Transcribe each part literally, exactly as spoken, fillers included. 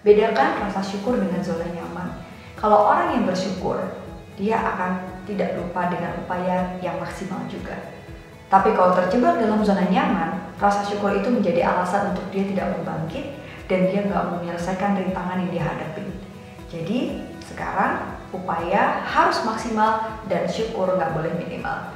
Bedakan rasa syukur dengan zona nyaman. Kalau orang yang bersyukur, dia akan tidak lupa dengan upaya yang maksimal juga. Tapi kalau terjebak dalam zona nyaman, rasa syukur itu menjadi alasan untuk dia tidak mau bangkit dan dia nggak mau menyelesaikan rintangan yang dihadapi. Jadi sekarang upaya harus maksimal dan syukur nggak boleh minimal.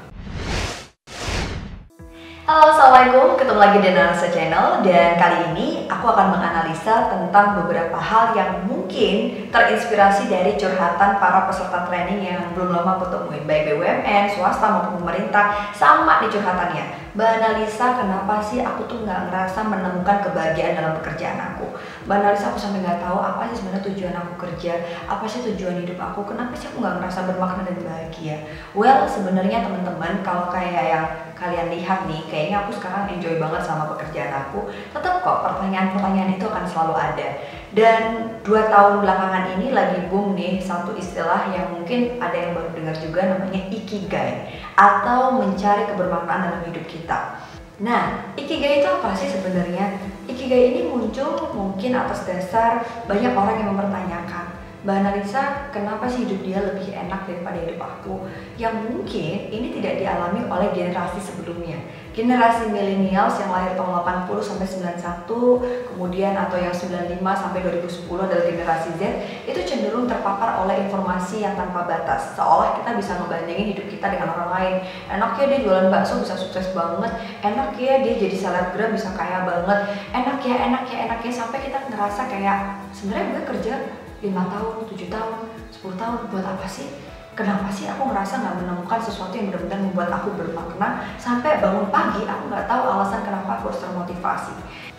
Halo, assalamualaikum, ketemu lagi di Analisa Channel, dan kali ini aku akan menganalisa tentang beberapa hal yang mungkin terinspirasi dari curhatan para peserta training yang belum lama aku temuin, baik B U M N, swasta maupun pemerintah. Sama nih curhatannya, Mbak Analisa, kenapa sih aku tuh nggak ngerasa menemukan kebahagiaan dalam pekerjaan aku? Mbak Analisa, aku sampai nggak tahu apa sih sebenarnya tujuan aku kerja, apa sih tujuan hidup aku, kenapa sih aku nggak ngerasa bermakna dan bahagia? Well, sebenarnya teman-teman, kalau kayak yang kalian lihat nih, kayaknya aku sekarang enjoy banget sama pekerjaan aku. Tetap kok pertanyaan-pertanyaan itu akan selalu ada. Dan dua tahun belakangan ini lagi boom nih satu istilah yang mungkin ada yang baru dengar juga, namanya ikigai, atau mencari kebermaknaan dalam hidup kita. Nah, ikigai itu apa sih sebenarnya? Ikigai ini muncul mungkin atas dasar banyak orang yang mempertanyakan, Mbak Analisa, kenapa sih hidup dia lebih enak daripada hidup aku? Yang mungkin ini tidak dialami oleh generasi sebelumnya. Generasi millennials yang lahir tahun delapan puluh sampai sembilan puluh satu, kemudian atau yang sembilan puluh lima sampai dua ribu sepuluh adalah generasi Z, itu cenderung terpapar oleh informasi yang tanpa batas. Seolah kita bisa ngebandingin hidup kita dengan orang lain. Enak ya dia jualan bakso bisa sukses banget, enak ya dia jadi selebgram bisa kaya banget, enak ya, enak ya, enak ya, sampai kita ngerasa kayak sebenarnya gue kerja lima tahun, tujuh tahun, sepuluh tahun, buat apa sih? Kenapa sih aku ngerasa nggak menemukan sesuatu yang benar-benar membuat aku bermakna? Sampai bangun pagi aku nggak tahu alasan kenapa aku harus termotivasi.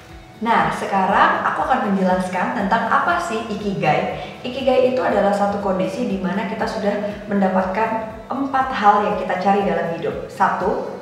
Nah, sekarang aku akan menjelaskan tentang apa sih ikigai. Ikigai itu adalah satu kondisi di mana kita sudah mendapatkan empat hal yang kita cari dalam hidup. Satu,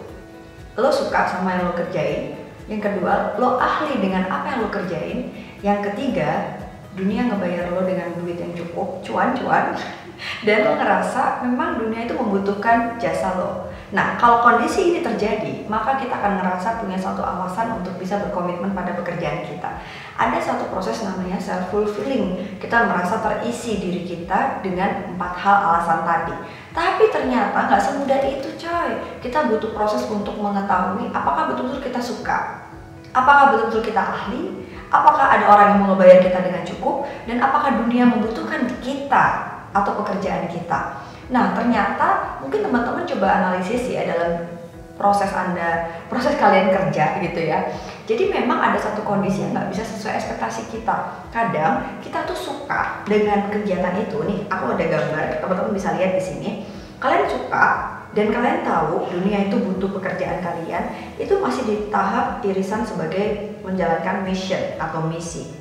lo suka sama yang lo kerjain. Yang kedua, lo ahli dengan apa yang lo kerjain. Yang ketiga, dunia ngebayar lo dengan duit yang cukup, cuan-cuan, dan lo ngerasa memang dunia itu membutuhkan jasa lo. Nah, kalau kondisi ini terjadi, maka kita akan ngerasa punya satu alasan untuk bisa berkomitmen pada pekerjaan kita. Ada satu proses namanya self-fulfilling. Kita merasa terisi diri kita dengan empat hal alasan tadi. Tapi ternyata nggak semudah itu, coy. Kita butuh proses untuk mengetahui apakah betul-betul kita suka, apakah betul-betul kita ahli, apakah ada orang yang mau ngebayar kita dengan cukup, dan apakah dunia membutuhkan kita atau pekerjaan kita. Nah, ternyata mungkin teman-teman coba analisis ya dalam proses Anda, proses kalian kerja gitu ya. Jadi memang ada satu kondisi yang nggak bisa sesuai ekspektasi kita. Kadang kita tuh suka dengan kegiatan itu. Nih, aku ada gambar, teman-teman bisa lihat di sini. Kalian suka dan kalian tahu dunia itu butuh pekerjaan kalian, itu masih di tahap irisan sebagai menjalankan mission atau misi.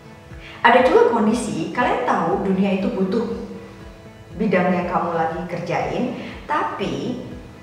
Ada juga kondisi kalian tahu dunia itu butuh bidang yang kamu lagi kerjain, tapi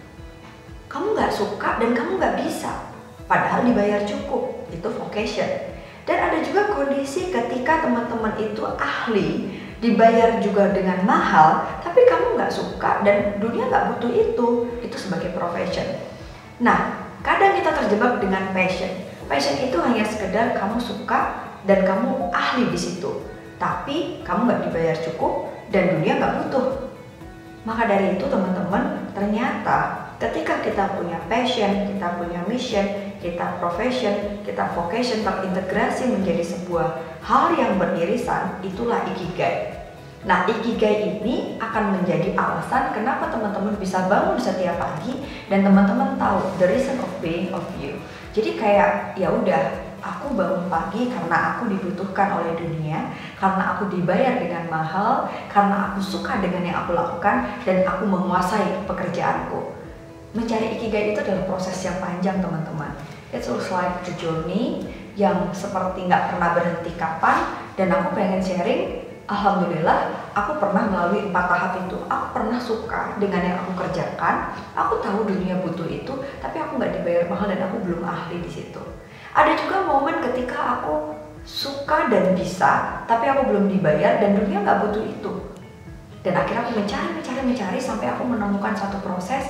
kamu nggak suka dan kamu nggak bisa, padahal dibayar cukup, itu vocation. Dan ada juga kondisi ketika teman-teman itu ahli, dibayar juga dengan mahal, tapi kamu nggak suka dan dunia nggak butuh itu, itu sebagai profession. Nah, kadang kita terjebak dengan passion. Passion itu hanya sekedar kamu suka dan kamu ahli di situ, tapi kamu nggak dibayar cukup dan dunia nggak butuh. Maka dari itu teman-teman, ternyata ketika kita punya passion, kita punya mission, kita profession, kita vocation terintegrasi menjadi sebuah hal yang beririsan, itulah ikigai. Nah, ikigai ini akan menjadi alasan kenapa teman-teman bisa bangun setiap pagi dan teman-teman tahu the reason of being of you. Jadi kayak ya udah, aku bangun pagi karena aku dibutuhkan oleh dunia, karena aku dibayar dengan mahal, karena aku suka dengan yang aku lakukan dan aku menguasai pekerjaanku. Mencari ikigai itu adalah proses yang panjang teman-teman. It's also like a journey yang seperti nggak pernah berhenti kapan, dan aku pengen sharing. Alhamdulillah, aku pernah melalui empat tahap itu. Aku pernah suka dengan yang aku kerjakan. Aku tahu dunia butuh itu, tapi aku nggak dibayar mahal dan aku belum ahli di situ. Ada juga momen ketika aku suka dan bisa, tapi aku belum dibayar dan dunia nggak butuh itu. Dan akhirnya aku mencari, mencari, mencari sampai aku menemukan satu proses.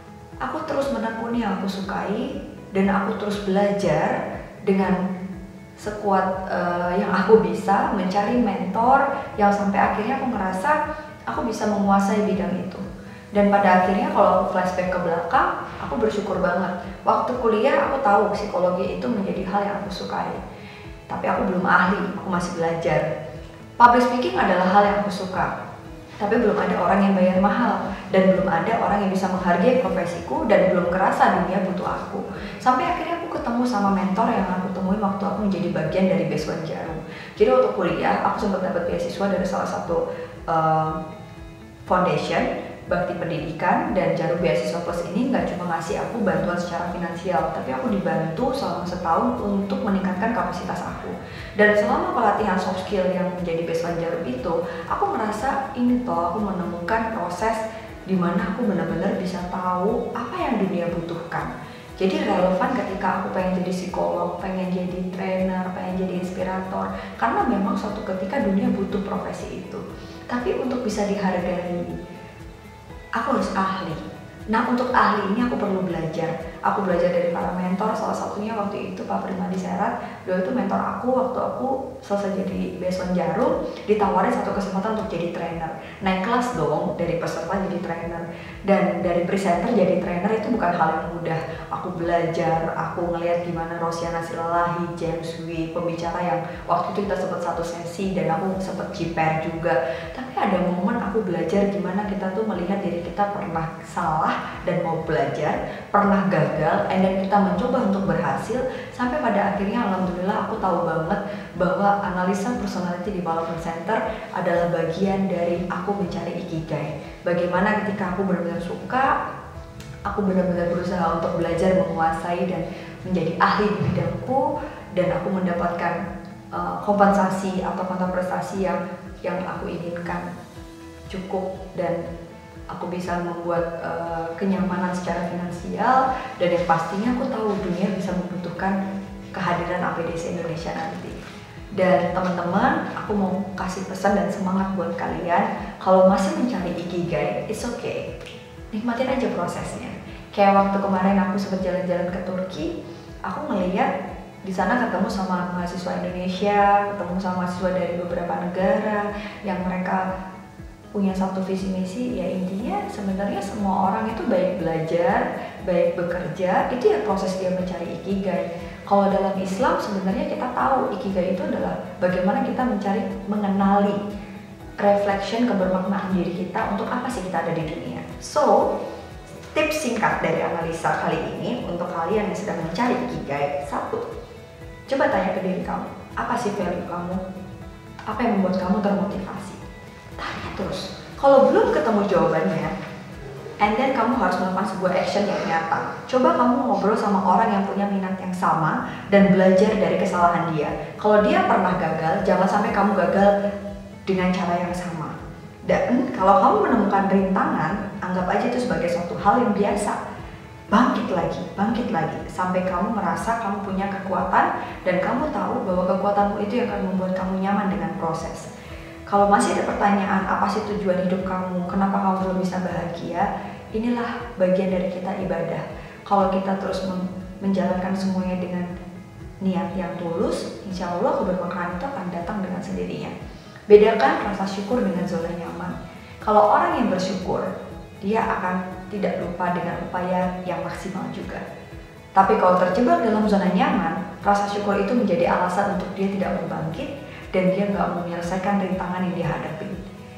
Aku terus menekuni yang aku sukai dan aku terus belajar dengan sekuat uh, yang aku bisa mencari mentor yang sampai akhirnya aku ngerasa aku bisa menguasai bidang itu. Dan pada akhirnya kalau aku flashback ke belakang, aku bersyukur banget. Waktu kuliah aku tahu psikologi itu menjadi hal yang aku sukai. Tapi aku belum ahli, aku masih belajar. Public speaking adalah hal yang aku suka. Tapi belum ada orang yang bayar mahal, dan belum ada orang yang bisa menghargai profesiku, dan belum kerasa dunia butuh aku. Sampai akhirnya aku ketemu sama mentor yang aku temuin waktu aku menjadi bagian dari Base One Jarum. Jadi waktu kuliah, aku sempat dapat beasiswa dari salah satu uh, foundation Bakti Pendidikan, dan Jarum Beasiswa Plus ini nggak cuma ngasih aku bantuan secara finansial, tapi aku dibantu selama setahun untuk meningkatkan kapasitas aku. Dan selama pelatihan soft skill yang menjadi Base One Jarum itu, aku merasa ini toh aku menemukan proses di mana aku benar-benar bisa tahu apa yang dunia butuhkan. Jadi relevan ketika aku pengen jadi psikolog, pengen jadi trainer, pengen jadi inspirator, karena memang suatu ketika dunia butuh profesi itu. Tapi untuk bisa dihargai, aku harus ahli. Nah, untuk ahli ini aku perlu belajar. Aku belajar dari para mentor, salah satunya waktu itu Pak Primadi Serat. Beliau itu mentor aku waktu aku selesai jadi Base One Jarum, ditawarin satu kesempatan untuk jadi trainer. Naik kelas dong, dari peserta jadi trainer. Dan dari presenter jadi trainer itu bukan hal yang mudah. Aku belajar, aku ngelihat gimana Rosiana Silalahi, James Wee, pembicara yang waktu itu kita sempat satu sesi, dan aku sempat jiper juga. Tapi ada momen aku belajar gimana kita tuh melihat diri kita pernah salah dan mau belajar, pernah gagal, and then kita mencoba untuk berhasil, sampai pada akhirnya alhamdulillah aku tahu banget bahwa analisa personality development center adalah bagian dari aku mencari ikigai. Bagaimana ketika aku benar-benar suka, aku benar-benar berusaha untuk belajar menguasai dan menjadi ahli di bidangku, dan aku mendapatkan uh, kompensasi atau kontra prestasi yang yang aku inginkan cukup, dan aku bisa membuat uh, kenyamanan secara finansial, dan yang pastinya aku tahu dunia bisa membutuhkan kehadiran A P D C Indonesia nanti. Dan teman-teman, aku mau kasih pesan dan semangat buat kalian, kalau masih mencari ikigai, it's okay, nikmatin aja prosesnya. Kayak waktu kemarin aku sempat jalan-jalan ke Turki, aku ngeliat di sana ketemu sama mahasiswa Indonesia, ketemu sama mahasiswa dari beberapa negara yang mereka punya satu visi misi. Ya intinya sebenarnya semua orang itu baik belajar, baik bekerja, itu ya proses dia mencari ikigai. Kalau dalam Islam sebenarnya kita tahu ikigai itu adalah bagaimana kita mencari, mengenali reflection kebermaknaan diri kita, untuk apa sih kita ada di dunia. So, tips singkat dari analisa kali ini untuk kalian yang sedang mencari ikigai. Satu, coba tanya ke diri kamu, apa sih value kamu? Apa yang membuat kamu termotivasi? Tanya terus. Kalau belum ketemu jawabannya, and then kamu harus melakukan sebuah action yang nyata. Coba kamu ngobrol sama orang yang punya minat yang sama dan belajar dari kesalahan dia. Kalau dia pernah gagal, jangan sampai kamu gagal dengan cara yang sama. Dan kalau kamu menemukan rintangan, anggap aja itu sebagai suatu hal yang biasa. Bangkit lagi, bangkit lagi, sampai kamu merasa kamu punya kekuatan dan kamu tahu bahwa kekuatanmu itu yang akan membuat kamu nyaman dengan proses. Kalau masih ada pertanyaan, apa sih tujuan hidup kamu, kenapa kamu belum bisa bahagia, inilah bagian dari kita ibadah. Kalau kita terus menjalankan semuanya dengan niat yang tulus, insya Allah keberkahan itu akan datang dengan sendirinya. Bedakan rasa syukur dengan zona nyaman. Kalau orang yang bersyukur, dia akan tidak lupa dengan upaya yang maksimal juga. Tapi kalau terjebak dalam zona nyaman, rasa syukur itu menjadi alasan untuk dia tidak berbangkit, dan dia nggak mau menyelesaikan rintangan yang dia hadapi.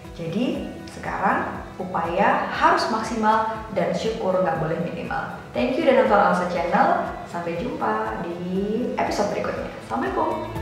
Jadi sekarang upaya harus maksimal dan syukur nggak boleh minimal. Thank you dan nonton Alsa Channel. Sampai jumpa di episode berikutnya. Assalamualaikum.